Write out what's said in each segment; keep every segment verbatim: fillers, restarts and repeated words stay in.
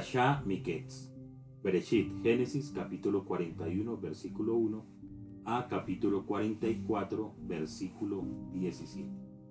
Parashá Miketz. Bereshit, Génesis, capítulo cuarenta y uno, versículo uno a capítulo cuarenta y cuatro, versículo diecisiete.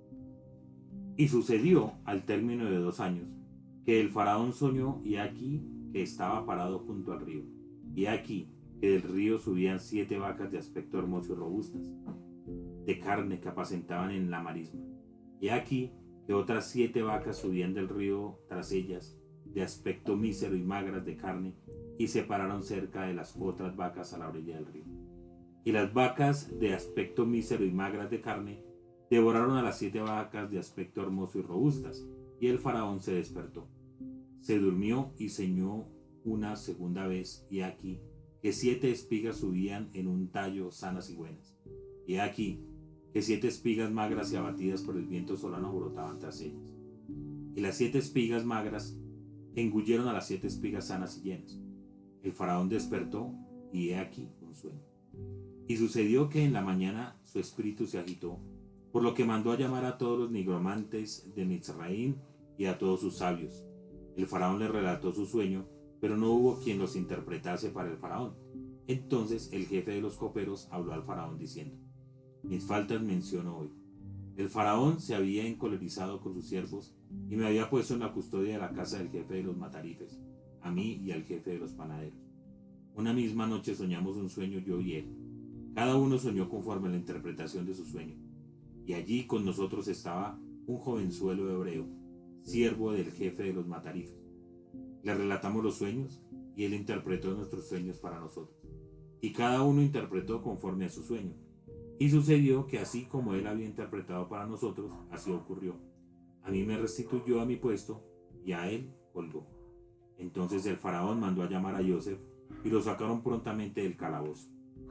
Y sucedió al término de dos años que el faraón soñó, y aquí que estaba parado junto al río, y aquí que del río subían siete vacas de aspecto hermoso y robustas, de carne, que apacentaban en la marisma, y aquí que otras siete vacas subían del río tras ellas, de aspecto mísero y magras de carne, y se pararon cerca de las otras vacas a la orilla del río. Y las vacas de aspecto mísero y magras de carne devoraron a las siete vacas de aspecto hermoso y robustas, y el faraón se despertó. Se durmió y ceñó una segunda vez, y aquí que siete espigas subían en un tallo sanas y buenas, y aquí que siete espigas magras y abatidas por el viento solano brotaban tras ellas. Y las siete espigas magras engulleron a las siete espigas sanas y llenas. El faraón despertó, y he aquí un sueño. Y sucedió que en la mañana su espíritu se agitó, por lo que mandó a llamar a todos los nigromantes de Mizraim y a todos sus sabios. El faraón le relató su sueño, pero no hubo quien los interpretase para el faraón. Entonces el jefe de los coperos habló al faraón diciendo: mis faltas menciono hoy. El faraón se había encolerizado con sus siervos y me había puesto en la custodia de la casa del jefe de los matarifes, a mí y al jefe de los panaderos. Una misma noche soñamos un sueño yo y él. Cada uno soñó conforme a la interpretación de su sueño. Y allí con nosotros estaba un jovenzuelo hebreo, siervo del jefe de los matarifes. Le relatamos los sueños y él interpretó nuestros sueños para nosotros. Y cada uno interpretó conforme a su sueño. Y sucedió que así como él había interpretado para nosotros, así ocurrió. A mí me restituyó a mi puesto y a él colgó. Entonces el faraón mandó a llamar a Yosef y lo sacaron prontamente del calabozo.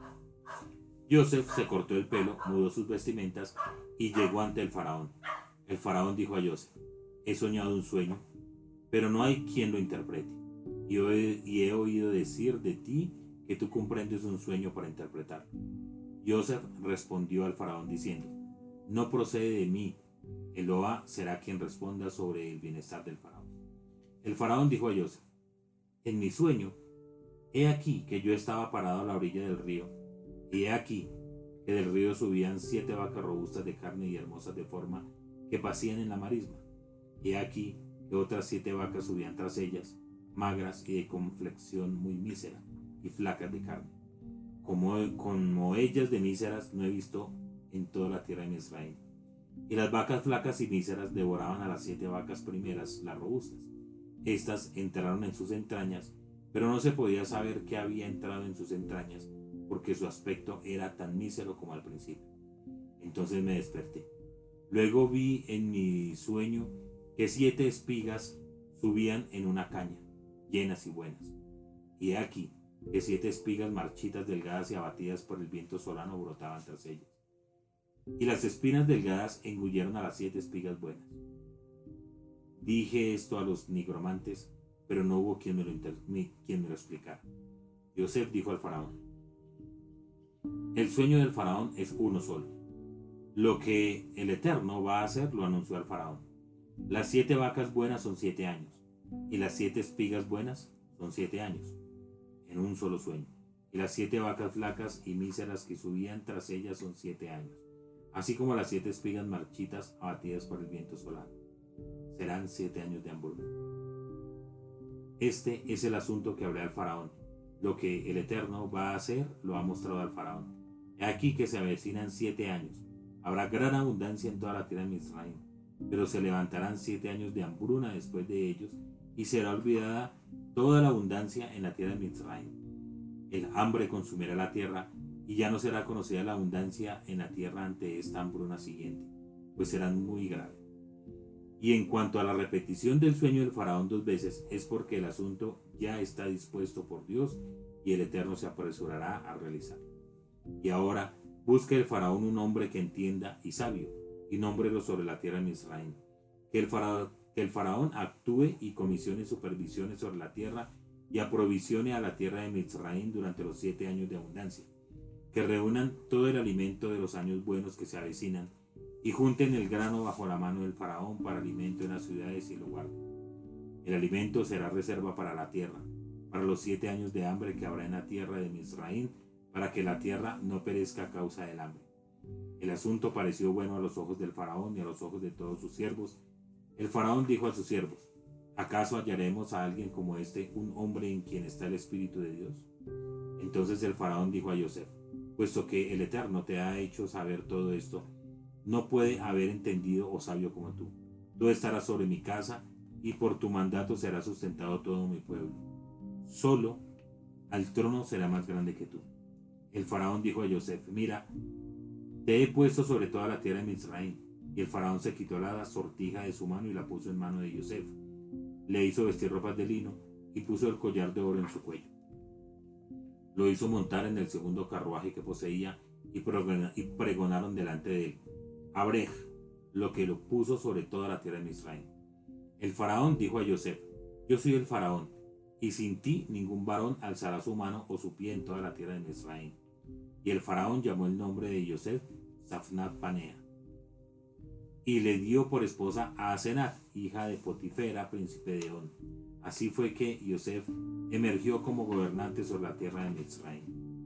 Yosef se cortó el pelo, mudó sus vestimentas y llegó ante el faraón. El faraón dijo a Yosef: he soñado un sueño, pero no hay quien lo interprete. Y he, y he oído decir de ti que tú comprendes un sueño para interpretarlo. Yosef respondió al faraón diciendo: no procede de mí, Eloa será quien responda sobre el bienestar del faraón. El faraón dijo a Yosef: en mi sueño, he aquí que yo estaba parado a la orilla del río, y he aquí que del río subían siete vacas robustas de carne y hermosas de forma, que pacían en la marisma, y he aquí que otras siete vacas subían tras ellas, magras y de complexión muy mísera y flacas de carne. Como, como ellas de míseras no he visto en toda la tierra de Israel. Y las vacas flacas y míseras devoraban a las siete vacas primeras, las robustas. Estas entraron en sus entrañas, pero no se podía saber qué había entrado en sus entrañas, porque su aspecto era tan mísero como al principio. Entonces me desperté. Luego vi en mi sueño que siete espigas subían en una caña, llenas y buenas. Y he aquí que siete espigas marchitas, delgadas y abatidas por el viento solano brotaban tras ellas. Y las espinas delgadas engulleron a las siete espigas buenas. Dije esto a los nigromantes, pero no hubo quien me lo, inter- quien me lo explicara. Yosef dijo al faraón: el sueño del faraón es uno solo. Lo que el Eterno va a hacer lo anunció al faraón. Las siete vacas buenas son siete años, y las siete espigas buenas son siete años, en un solo sueño. Y las siete vacas flacas y míseras que subían tras ellas son siete años, así como las siete espigas marchitas abatidas por el viento solano. Serán siete años de hambruna. Este es el asunto que hablé al faraón. Lo que el Eterno va a hacer lo ha mostrado al faraón. He aquí que se avecinan siete años. Habrá gran abundancia en toda la tierra de Israel, pero se levantarán siete años de hambruna después de ellos, y será olvidada toda la abundancia en la tierra de Israel. El hambre consumirá la tierra, y ya no será conocida la abundancia en la tierra ante esta hambruna siguiente, pues serán muy graves. Y en cuanto a la repetición del sueño del faraón dos veces, es porque el asunto ya está dispuesto por Dios y el Eterno se apresurará a realizarlo. Y ahora busque el faraón un hombre que entienda y sabio, y nómbrelo sobre la tierra de Israel. Que el faraón, que el faraón actúe y comisione supervisiones sobre la tierra y aprovisione a la tierra de Mizraim durante los siete años de abundancia, que reúnan todo el alimento de los años buenos que se avecinan, y junten el grano bajo la mano del faraón para alimento en las ciudades y lo guarden. El alimento será reserva para la tierra, para los siete años de hambre que habrá en la tierra de Misraim, para que la tierra no perezca a causa del hambre. El asunto pareció bueno a los ojos del faraón y a los ojos de todos sus siervos. El faraón dijo a sus siervos: ¿acaso hallaremos a alguien como este, un hombre en quien está el Espíritu de Dios? Entonces el faraón dijo a Yosef: puesto que el Eterno te ha hecho saber todo esto, no puede haber entendido o sabio como tú. Tú estarás sobre mi casa, y por tu mandato será sustentado todo mi pueblo. Solo al trono será más grande que tú. El faraón dijo a Yosef: mira, te he puesto sobre toda la tierra de Misraim. Y el faraón se quitó la sortija de su mano y la puso en mano de Yosef. Le hizo vestir ropas de lino y puso el collar de oro en su cuello. Lo hizo montar en el segundo carruaje que poseía y pregonaron delante de él: Abrej, lo que lo puso sobre toda la tierra de Misraim. El faraón dijo a Yosef: yo soy el faraón, y sin ti ningún varón alzará su mano o su pie en toda la tierra de Misraim. Y el faraón llamó el nombre de Yosef Safnat Panea, y le dio por esposa a Asenat, hija de Potifera, príncipe de On. Así fue que Yosef emergió como gobernante sobre la tierra de Misraim.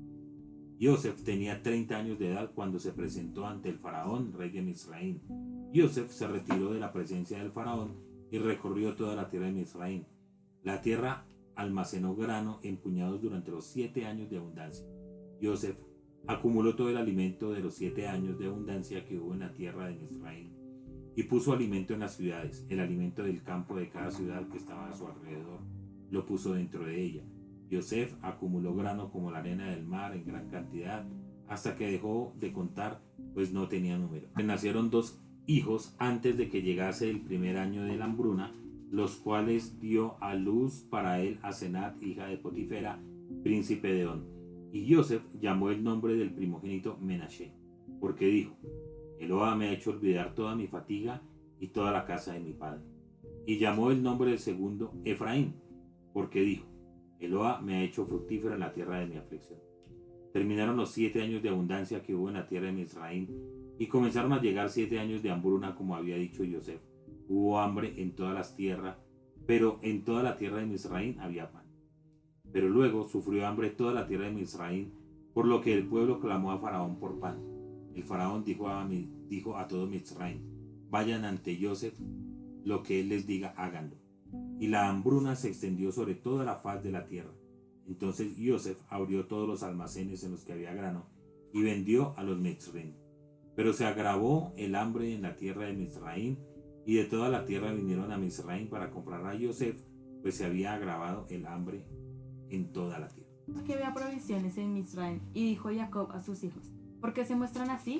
Yosef tenía treinta años de edad cuando se presentó ante el faraón, rey de Misraim. Yosef se retiró de la presencia del faraón y recorrió toda la tierra de Misraim. La tierra almacenó grano en puñados durante los siete años de abundancia. Yosef acumuló todo el alimento de los siete años de abundancia que hubo en la tierra de Misraim, y puso alimento en las ciudades. El alimento del campo de cada ciudad que estaba a su alrededor lo puso dentro de ella. Yosef acumuló grano como la arena del mar en gran cantidad, hasta que dejó de contar, pues no tenía número. Le nacieron dos hijos antes de que llegase el primer año de la hambruna, los cuales dio a luz para él a Asenat, hija de Potifera, príncipe de On. Y Yosef llamó el nombre del primogénito Menashe, porque dijo: Eloa me ha hecho olvidar toda mi fatiga y toda la casa de mi padre. Y llamó el nombre del segundo Efraín, porque dijo: Eloa me ha hecho fructífera en la tierra de mi aflicción. Terminaron los siete años de abundancia que hubo en la tierra de Misraim, y comenzaron a llegar siete años de hambruna, como había dicho Yosef. Hubo hambre en todas las tierras, pero en toda la tierra de Misraim había pan. Pero luego sufrió hambre toda la tierra de Misraim, por lo que el pueblo clamó a Faraón por pan. El faraón dijo a, mi, dijo a todo Misraim: vayan ante Yosef, lo que él les diga háganlo. Y la hambruna se extendió sobre toda la faz de la tierra. Entonces Yosef abrió todos los almacenes en los que había grano y vendió a los Mitzrim. Pero se agravó el hambre en la tierra de Misraim, y de toda la tierra vinieron a Misraim para comprar a Yosef, pues se había agravado el hambre en toda la tierra. Porque había provisiones en Misraim, y dijo Jacob a sus hijos: ¿por qué se muestran así?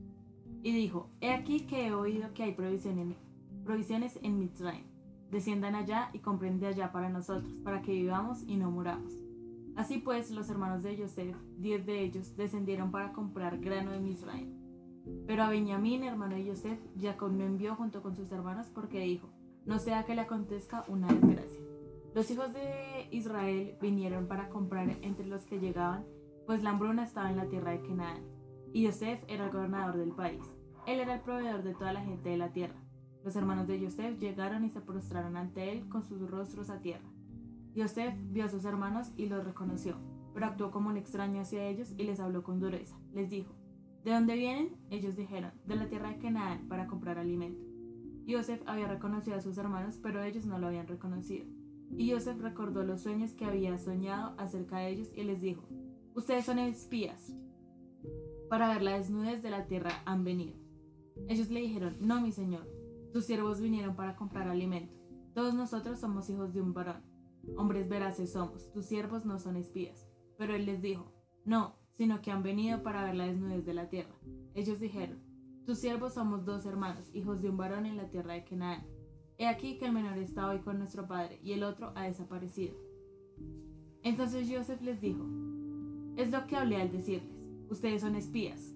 Y dijo: he aquí que he oído que hay provisiones, provisiones en Misraim. Desciendan allá y compren de allá para nosotros, para que vivamos y no muramos. Así pues, los hermanos de Yosef, diez de ellos, descendieron para comprar grano de Misraim. Pero a Benjamín, hermano de Yosef, Jacob no envió junto con sus hermanos, porque dijo: no sea que le acontezca una desgracia. Los hijos de Israel vinieron para comprar entre los que llegaban, pues la hambruna estaba en la tierra de Canaán, y Yosef era el gobernador del país. Él era el proveedor de toda la gente de la tierra. Los hermanos de Yosef llegaron y se postraron ante él con sus rostros a tierra. Yosef vio a sus hermanos y los reconoció, pero actuó como un extraño hacia ellos y les habló con dureza. Les dijo: ¿de dónde vienen? Ellos dijeron: de la tierra de Canaán, para comprar alimento. Yosef había reconocido a sus hermanos, pero ellos no lo habían reconocido. Y Yosef recordó los sueños que había soñado acerca de ellos y les dijo: ustedes son espías. Para ver la desnudez de la tierra han venido. Ellos le dijeron: no, mi señor, tus siervos vinieron para comprar alimento. Todos nosotros somos hijos de un varón. Hombres veraces somos, tus siervos no son espías. Pero él les dijo: no, sino que han venido para ver la desnudez de la tierra. Ellos dijeron: tus siervos somos dos hermanos, hijos de un varón en la tierra de Canaán. He aquí que el menor está hoy con nuestro padre, y el otro ha desaparecido. Entonces Yosef les dijo: es lo que hablé al decirles: ustedes son espías.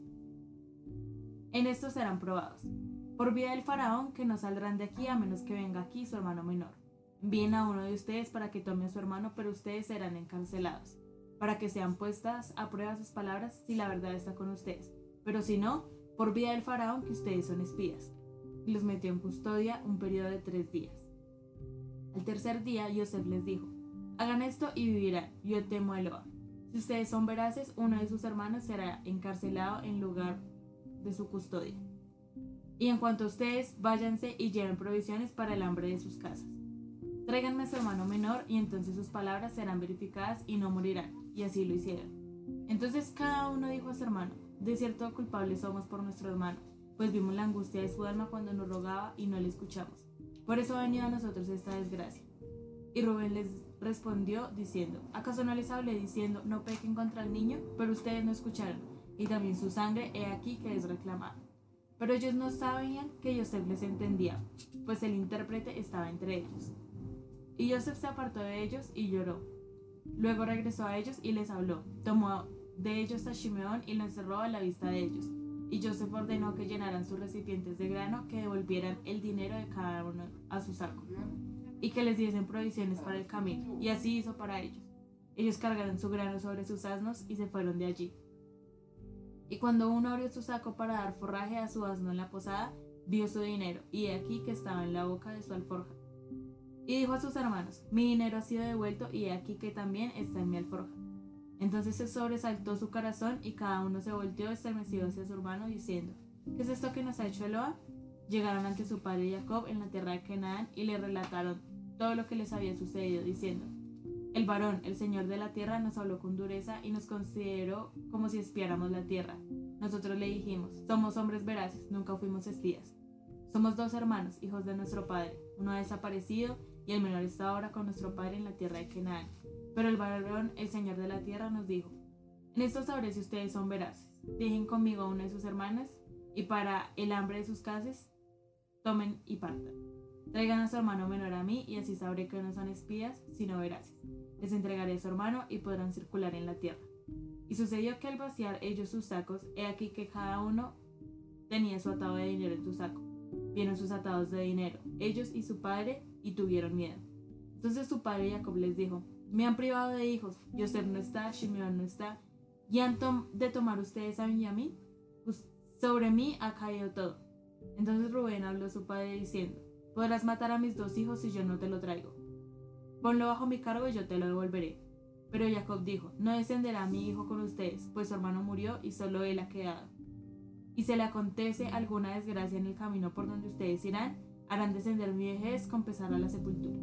En esto serán probados. Por vida del faraón, que no saldrán de aquí a menos que venga aquí su hermano menor. Envíen a uno de ustedes para que tome a su hermano, pero ustedes serán encarcelados, para que sean puestas a prueba sus palabras si la verdad está con ustedes. Pero si no, por vida del faraón, que ustedes son espías. Y los metió en custodia un periodo de tres días. Al tercer día Yosef les dijo: hagan esto y vivirán, yo temo a Eloa. Si ustedes son veraces, uno de sus hermanos será encarcelado en lugar de su custodia. Y en cuanto a ustedes, váyanse y lleven provisiones para el hambre de sus casas. Tráiganme a su hermano menor, y entonces sus palabras serán verificadas y no morirán. Y así lo hicieron. Entonces cada uno dijo a su hermano: de cierto culpables somos por nuestro hermano, pues vimos la angustia de su alma cuando nos rogaba y no le escuchamos. Por eso ha venido a nosotros esta desgracia. Y Rubén les respondió diciendo: ¿acaso no les hablé diciendo, no pequen contra el niño? Pero ustedes no escucharon, y también su sangre he aquí que es reclamada. Pero ellos no sabían que Yosef les entendía, pues el intérprete estaba entre ellos. Y Yosef se apartó de ellos y lloró. Luego regresó a ellos y les habló. Tomó de ellos a Shimeón y lo encerró a la vista de ellos. Y Yosef ordenó que llenaran sus recipientes de grano, que devolvieran el dinero de cada uno a su saco, y que les diesen provisiones para el camino. Y así hizo para ellos. Ellos cargaron su grano sobre sus asnos y se fueron de allí. Y cuando uno abrió su saco para dar forraje a su asno en la posada, vio su dinero, y he aquí que estaba en la boca de su alforja. Y dijo a sus hermanos: mi dinero ha sido devuelto, y he aquí que también está en mi alforja. Entonces se sobresaltó su corazón, y cada uno se volteó estremecido hacia su hermano, diciendo: ¿qué es esto que nos ha hecho Eloa? Llegaron ante su padre Jacob en la tierra de Canaán, y le relataron todo lo que les había sucedido, diciendo: el varón, el señor de la tierra, nos habló con dureza y nos consideró como si espiáramos la tierra. Nosotros le dijimos: somos hombres veraces, nunca fuimos espías. Somos dos hermanos, hijos de nuestro padre. Uno ha desaparecido y el menor está ahora con nuestro padre en la tierra de Canaán. Pero el varón, el señor de la tierra, nos dijo: en esto sabré si ustedes son veraces. Dejen conmigo a uno de sus hermanos, y para el hambre de sus casas tomen y partan. Traigan a su hermano menor a mí, y así sabré que no son espías, sino veraces. Les entregaré a su hermano y podrán circular en la tierra. Y sucedió que al vaciar ellos sus sacos, he aquí que cada uno tenía su atado de dinero en su saco. Vieron sus atados de dinero, ellos y su padre, y tuvieron miedo. Entonces su padre Jacob les dijo: me han privado de hijos, Yosef no está, Shimeón no está, ¿y han tom- de tomar ustedes a Benjamín? Pues sobre mí ha caído todo. Entonces Rubén habló a su padre diciendo: podrás matar a mis dos hijos si yo no te lo traigo. Ponlo bajo mi cargo y yo te lo devolveré. Pero Jacob dijo: no descenderá mi hijo con ustedes, pues su hermano murió y solo él ha quedado. Y si le acontece alguna desgracia en el camino por donde ustedes irán, harán descender mi vejez con pesar a la sepultura.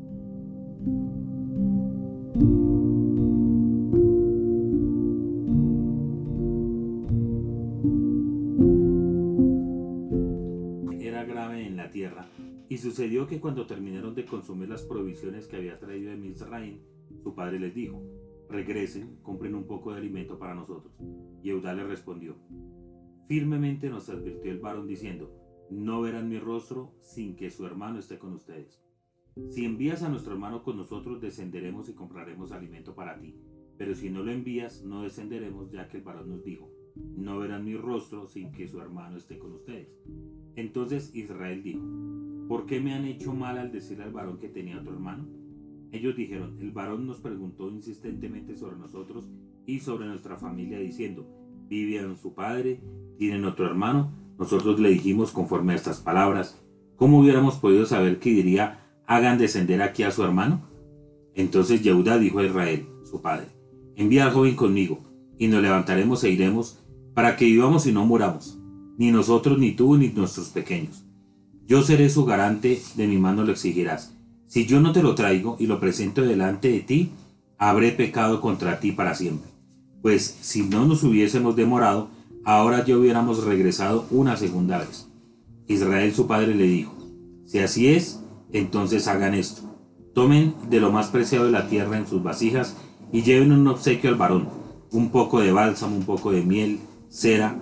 Era grave en la tierra, y sucedió que cuando terminaron de consumir las provisiones que había traído de Mizraim, su padre les dijo: regresen, compren un poco de alimento para nosotros. Y Eudá le respondió: firmemente nos advirtió el varón diciendo: no verán mi rostro sin que su hermano esté con ustedes. Si envías a nuestro hermano con nosotros, descenderemos y compraremos alimento para ti. Pero si no lo envías, no descenderemos, ya que el varón nos dijo: no verán mi rostro sin que su hermano esté con ustedes. Entonces Israel dijo: ¿por qué me han hecho mal al decirle al varón que tenía otro hermano? Ellos dijeron: el varón nos preguntó insistentemente sobre nosotros y sobre nuestra familia, diciendo: ¿vivían su padre? ¿Tienen otro hermano? Nosotros le dijimos conforme a estas palabras. ¿Cómo hubiéramos podido saber que diría: hagan descender aquí a su hermano? Entonces Yehudá dijo a Israel, su padre: envía al joven conmigo, y nos levantaremos e iremos, para que vivamos y no muramos, ni nosotros, ni tú, ni nuestros pequeños. Yo seré su garante, de mi mano lo exigirás. Si yo no te lo traigo y lo presento delante de ti, habré pecado contra ti para siempre. Pues si no nos hubiésemos demorado, ahora ya hubiéramos regresado una segunda vez. Israel su padre le dijo: si así es, entonces hagan esto: tomen de lo más preciado de la tierra en sus vasijas y lleven un obsequio al varón: un poco de bálsamo, un poco de miel, cera,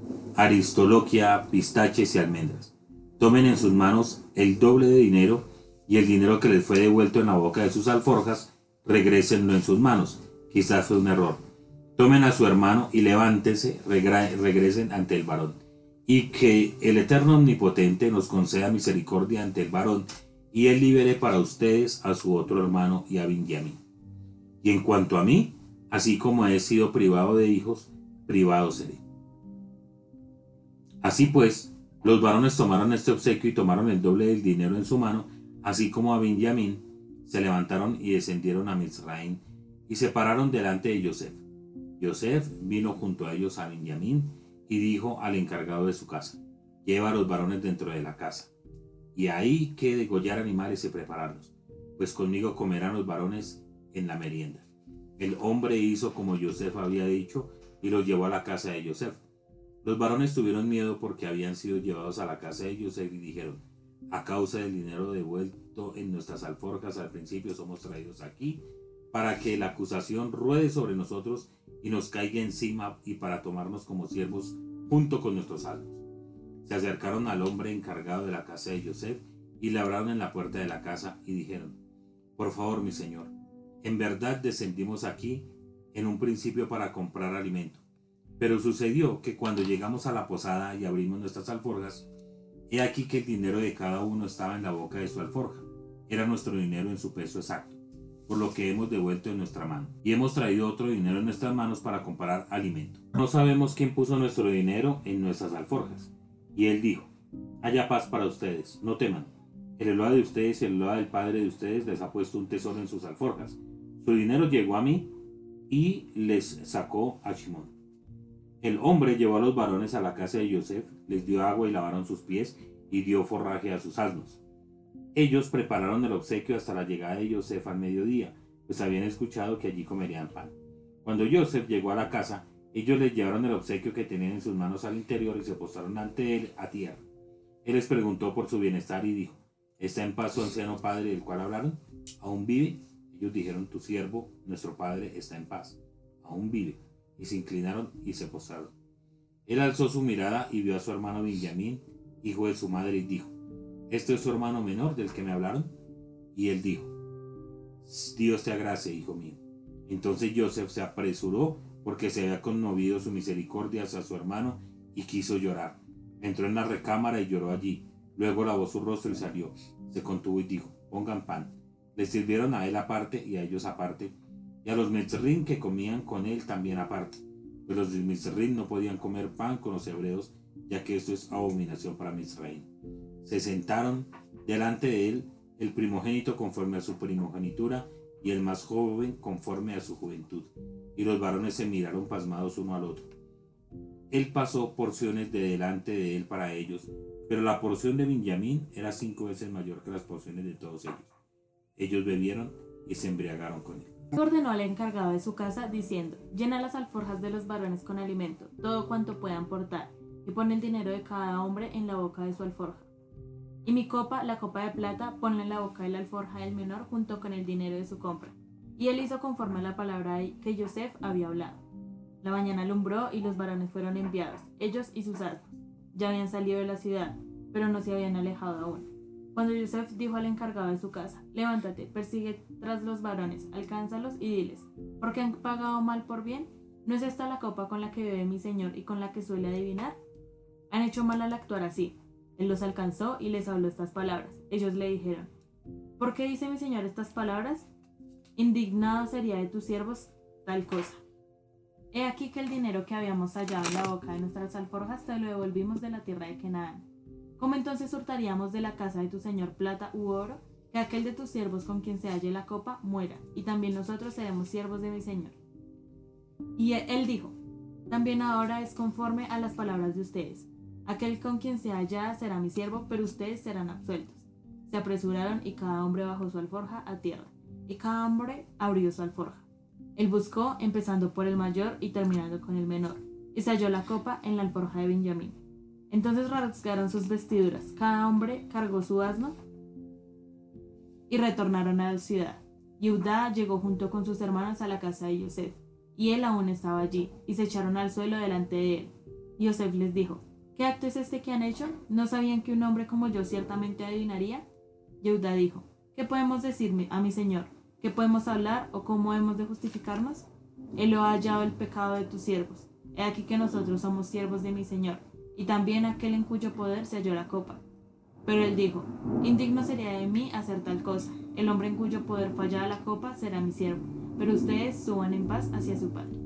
aristoloquia, pistaches y almendras. Tomen en sus manos el doble de dinero, y el dinero que les fue devuelto en la boca de sus alforjas, regrésenlo en sus manos. Quizás fue un error. Tomen a su hermano y levántense, regresen ante el varón. Y que el Eterno Omnipotente nos conceda misericordia ante el varón, y él libere para ustedes a su otro hermano y a Benjamín. Y en cuanto a mí, así como he sido privado de hijos, privado seré. Así pues, los varones tomaron este obsequio y tomaron el doble del dinero en su mano, así como a Benjamín se levantaron y descendieron a Mizraim y se pararon delante de Yosef. Yosef vino junto a ellos a Benjamín y dijo al encargado de su casa: lleva a los varones dentro de la casa, y ahí que degollar animales y prepararlos, pues conmigo comerán los varones en la merienda. El hombre hizo como Yosef había dicho y los llevó a la casa de Yosef. Los varones tuvieron miedo porque habían sido llevados a la casa de Yosef y dijeron: a causa del dinero devuelto en nuestras alforjas al principio somos traídos aquí, para que la acusación ruede sobre nosotros y nos caiga encima, y para tomarnos como siervos junto con nuestros asnos. Se acercaron al hombre encargado de la casa de Yosef y le hablaron en la puerta de la casa y dijeron: por favor, mi señor, en verdad descendimos aquí en un principio para comprar alimento, pero sucedió que cuando llegamos a la posada y abrimos nuestras alforjas, he aquí que el dinero de cada uno estaba en la boca de su alforja. Era nuestro dinero en su peso exacto, por lo que hemos devuelto en nuestra mano, y hemos traído otro dinero en nuestras manos para comprar alimento. No sabemos quién puso nuestro dinero en nuestras alforjas. Y él dijo: haya paz para ustedes, no teman. El Eloa de ustedes y el Eloa del padre de ustedes les ha puesto un tesoro en sus alforjas. Su dinero llegó a mí y les sacó a Shimón. El hombre llevó a los varones a la casa de Yosef, les dio agua y lavaron sus pies y dio forraje a sus asnos. Ellos prepararon el obsequio hasta la llegada de Yosef al mediodía, pues habían escuchado que allí comerían pan. Cuando Yosef llegó a la casa, ellos les llevaron el obsequio que tenían en sus manos al interior y se postraron ante él a tierra. Él les preguntó por su bienestar y dijo: ¿está en paz su anciano padre del cual hablaron? ¿Aún vive? Ellos dijeron: tu siervo, nuestro padre, está en paz. Aún vive. Y se inclinaron y se postraron. Él alzó su mirada y vio a su hermano Benjamín, hijo de su madre, y dijo: ¿este es su hermano menor del que me hablaron? Y él dijo: Dios te agracie, hijo mío. Entonces Yosef se apresuró porque se había conmovido su misericordia hacia su hermano y quiso llorar. Entró en la recámara y lloró allí. Luego lavó su rostro y salió. Se contuvo y dijo: pongan pan. Le sirvieron a él aparte y a ellos aparte, y a los Mizrim que comían con él también aparte. Pero los Mizrim no podían comer pan con los hebreos, ya que esto es abominación para Mizraim. Se sentaron delante de él el primogénito conforme a su primogenitura y el más joven conforme a su juventud. Y los varones se miraron pasmados uno al otro. Él pasó porciones de delante de él para ellos, pero la porción de Benjamín era cinco veces mayor que las porciones de todos ellos. Ellos bebieron y se embriagaron con él. Ordenó al encargado de su casa diciendo: llena las alforjas de los varones con alimento, todo cuanto puedan portar, y pon el dinero de cada hombre en la boca de su alforja. Y mi copa, la copa de plata, ponla en la boca de la alforja del menor junto con el dinero de su compra. Y él hizo conforme a la palabra que Yosef había hablado. La mañana alumbró y los varones fueron enviados, ellos y sus asnos. Ya habían salido de la ciudad, pero no se habían alejado aún. Cuando Yosef dijo al encargado de su casa: levántate, persigue tras los varones, alcánzalos y diles: ¿por qué han pagado mal por bien? ¿No es esta la copa con la que bebe mi señor y con la que suele adivinar? Han hecho mal al actuar así. Él los alcanzó y les habló estas palabras. Ellos le dijeron: ¿por qué dice mi señor estas palabras? Indignado sería de tus siervos tal cosa. He aquí que el dinero que habíamos hallado en la boca de nuestras alforjas te lo devolvimos de la tierra de Canaán. ¿Cómo entonces hurtaríamos de la casa de tu señor plata u oro? Que aquel de tus siervos con quien se halle la copa muera, y también nosotros seremos siervos de mi señor. Y él dijo: también ahora es conforme a las palabras de ustedes. Aquel con quien se halla será mi siervo, pero ustedes serán absueltos. Se apresuraron y cada hombre bajó su alforja a tierra, y cada hombre abrió su alforja. Él buscó, empezando por el mayor y terminando con el menor, y se halló la copa en la alforja de Benjamín. Entonces rasgaron sus vestiduras, cada hombre cargó su asno y retornaron a la ciudad. Judá llegó junto con sus hermanos a la casa de Yosef, y él aún estaba allí, y se echaron al suelo delante de él. Yosef les dijo: ¿qué acto es este que han hecho? ¿No sabían que un hombre como yo ciertamente adivinaría? Judá dijo: ¿qué podemos decirme a mi señor? ¿Qué podemos hablar o cómo hemos de justificarnos? Él lo ha hallado el pecado de tus siervos. He aquí que nosotros somos siervos de mi señor, y también aquel en cuyo poder se halló la copa. Pero él dijo: indigno sería de mí hacer tal cosa. El hombre en cuyo poder fallaba la copa será mi siervo, pero ustedes suban en paz hacia su padre.